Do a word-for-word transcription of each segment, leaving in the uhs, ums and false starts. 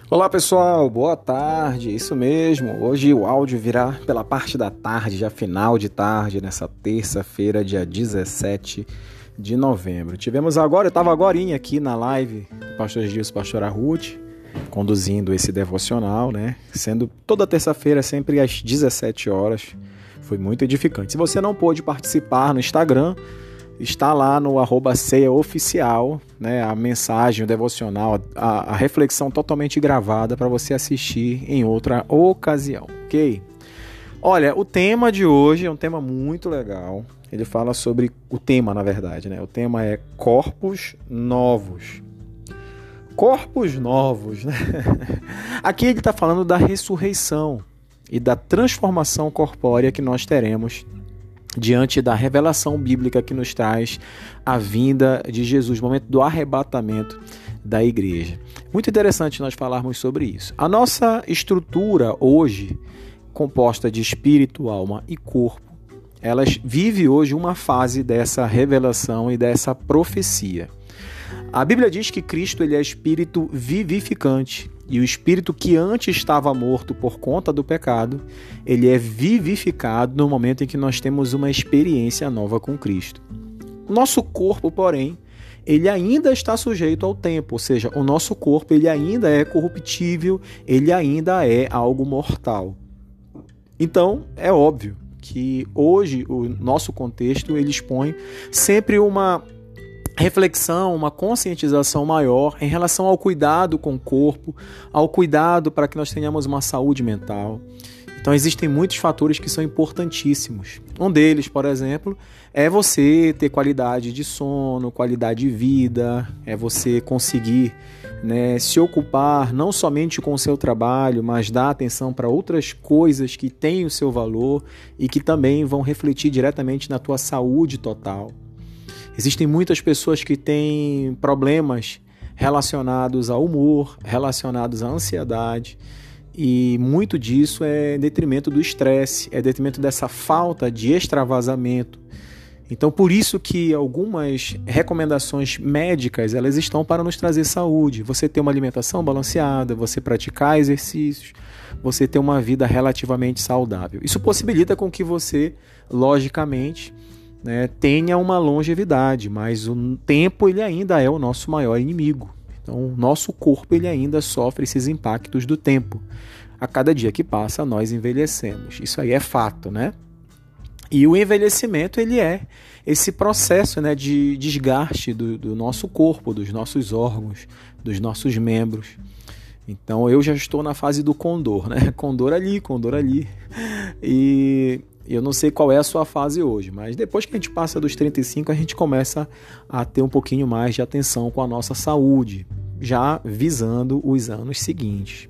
Olá pessoal, boa tarde, isso mesmo, hoje o áudio virá pela parte da tarde, já final de tarde, nessa terça-feira, dia dezessete de novembro. Tivemos agora, eu estava agorinha aqui na live do pastor Gilson, pastora Ruth, conduzindo esse devocional, né, sendo toda terça-feira, sempre às dezessete horas, foi muito edificante. Se você não pôde participar no Instagram, está lá no arroba ceia oficial, né, a mensagem, o devocional, a, a reflexão totalmente gravada para você assistir em outra ocasião, ok? Olha, o tema de hoje é um tema muito legal. Ele fala sobre o tema, na verdade, né? O tema é corpos novos. Corpos novos, né? Aqui ele está falando da ressurreição e da transformação corpórea que nós teremos diante da revelação bíblica que nos traz a vinda de Jesus, o momento do arrebatamento da igreja. Muito interessante nós falarmos sobre isso. A nossa estrutura hoje, composta de espírito, alma e corpo, ela vive hoje uma fase dessa revelação e dessa profecia. A Bíblia diz que Cristo ele é espírito vivificante. E o espírito que antes estava morto por conta do pecado, ele é vivificado no momento em que nós temos uma experiência nova com Cristo. O nosso corpo, porém, ele ainda está sujeito ao tempo, ou seja, o nosso corpo ele ainda é corruptível, ele ainda é algo mortal. Então, é óbvio que hoje o nosso contexto ele expõe sempre uma reflexão, uma conscientização maior em relação ao cuidado com o corpo, ao cuidado para que nós tenhamos uma saúde mental. Então existem muitos fatores que são importantíssimos. Um deles, por exemplo, é você ter qualidade de sono, qualidade de vida, é você conseguir, né, se ocupar não somente com o seu trabalho, mas dar atenção para outras coisas que têm o seu valor e que também vão refletir diretamente na tua saúde total. Existem muitas pessoas que têm problemas relacionados ao humor, relacionados à ansiedade, e muito disso é em detrimento do estresse, é em detrimento dessa falta de extravasamento. Então, por isso que algumas recomendações médicas, elas estão para nos trazer saúde. Você ter uma alimentação balanceada, você praticar exercícios, você ter uma vida relativamente saudável. Isso possibilita com que você, logicamente, né, tenha uma longevidade, mas o tempo ele ainda é o nosso maior inimigo. Então, o nosso corpo ele ainda sofre esses impactos do tempo. A cada dia que passa, nós envelhecemos. Isso aí é fato, né? E o envelhecimento ele é esse processo, né, de desgaste do, do nosso corpo, dos nossos órgãos, dos nossos membros. Então, eu já estou na fase do condor, né? Condor ali, condor ali. E eu não sei qual é a sua fase hoje, mas depois que a gente passa dos trinta e cinco, a gente começa a ter um pouquinho mais de atenção com a nossa saúde, já visando os anos seguintes.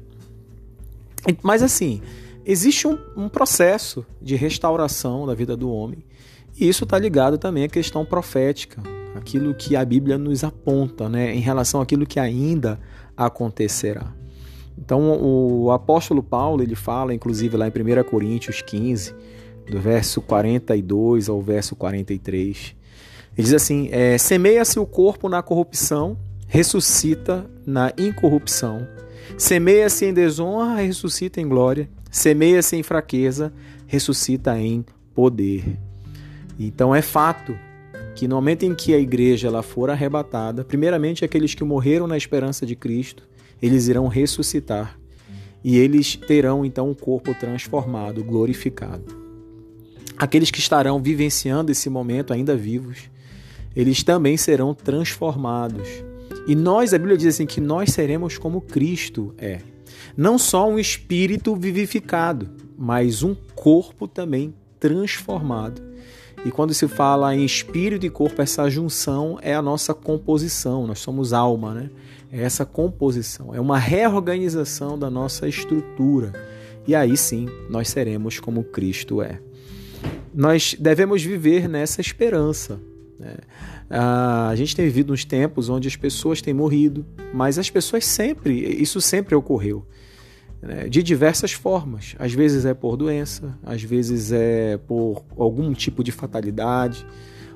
Mas assim, existe um, um processo de restauração da vida do homem, e isso está ligado também à questão profética, aquilo que a Bíblia nos aponta, né, em relação àquilo que ainda acontecerá. Então o apóstolo Paulo ele fala, inclusive lá em primeira Coríntios quinze, do verso quarenta e dois ao verso quarenta e três. Ele diz assim, é, semeia-se o corpo na corrupção, ressuscita na incorrupção. Semeia-se em desonra, ressuscita em glória. Semeia-se em fraqueza, ressuscita em poder. Então é fato que no momento em que a igreja ela for arrebatada, primeiramente aqueles que morreram na esperança de Cristo, eles irão ressuscitar. E eles terão então um corpo transformado, glorificado. Aqueles que estarão vivenciando esse momento ainda vivos, eles também serão transformados. E nós, a Bíblia diz assim, que nós seremos como Cristo é. Não só um espírito vivificado, mas um corpo também transformado. E quando se fala em espírito e corpo, essa junção é a nossa composição. Nós somos alma, né? É essa composição, é uma reorganização da nossa estrutura. E aí sim, nós seremos como Cristo é. Nós devemos viver nessa esperança, né? A gente tem vivido uns tempos onde as pessoas têm morrido, mas as pessoas sempre, isso sempre ocorreu, né? De diversas formas. Às vezes é por doença, às vezes é por algum tipo de fatalidade,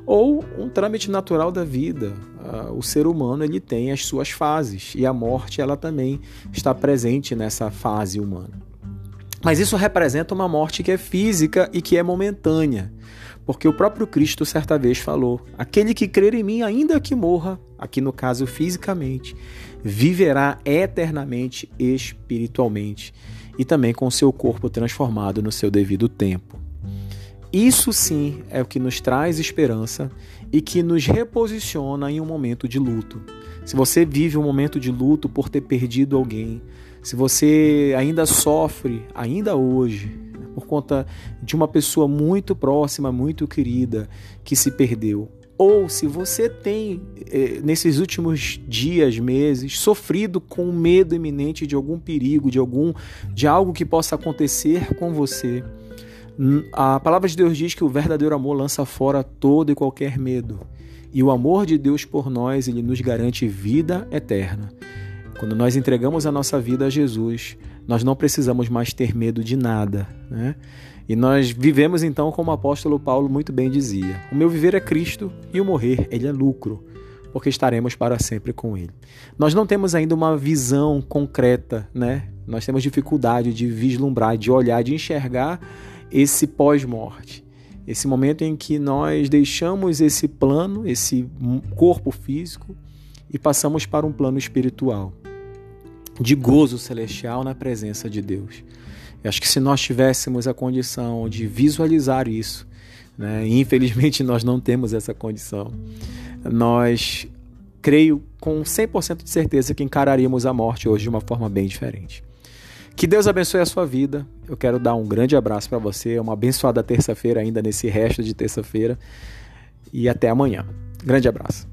ou um trâmite natural da vida. O ser humano ele tem as suas fases e a morte ela também está presente nessa fase humana. Mas isso representa uma morte que é física e que é momentânea, porque o próprio Cristo certa vez falou: aquele que crer em mim, ainda que morra, aqui no caso fisicamente, viverá eternamente espiritualmente e também com seu corpo transformado no seu devido tempo. Isso sim é o que nos traz esperança e que nos reposiciona em um momento de luto. Se você vive um momento de luto por ter perdido alguém, se você ainda sofre, ainda hoje, por conta de uma pessoa muito próxima, muito querida, que se perdeu, ou se você tem, nesses últimos dias, meses, sofrido com medo iminente de algum perigo, de, algum, de algo que possa acontecer com você, a palavra de Deus diz que o verdadeiro amor lança fora todo e qualquer medo. E o amor de Deus por nós, ele nos garante vida eterna. Quando nós entregamos a nossa vida a Jesus, nós não precisamos mais ter medo de nada, né? E nós vivemos então como o apóstolo Paulo muito bem dizia: o meu viver é Cristo e o morrer, ele é lucro, porque estaremos para sempre com ele. Nós não temos ainda uma visão concreta, né? Nós temos dificuldade de vislumbrar, de olhar, de enxergar esse pós-morte. Esse momento em que nós deixamos esse plano, esse corpo físico e passamos para um plano espiritual, de gozo celestial na presença de Deus. Eu acho que se nós tivéssemos a condição de visualizar isso, né, e infelizmente nós não temos essa condição, nós, creio com cem por cento de certeza que encararíamos a morte hoje de uma forma bem diferente. Que Deus abençoe a sua vida. Eu quero dar um grande abraço para você, uma abençoada terça-feira ainda nesse resto de terça-feira e até amanhã. Grande abraço.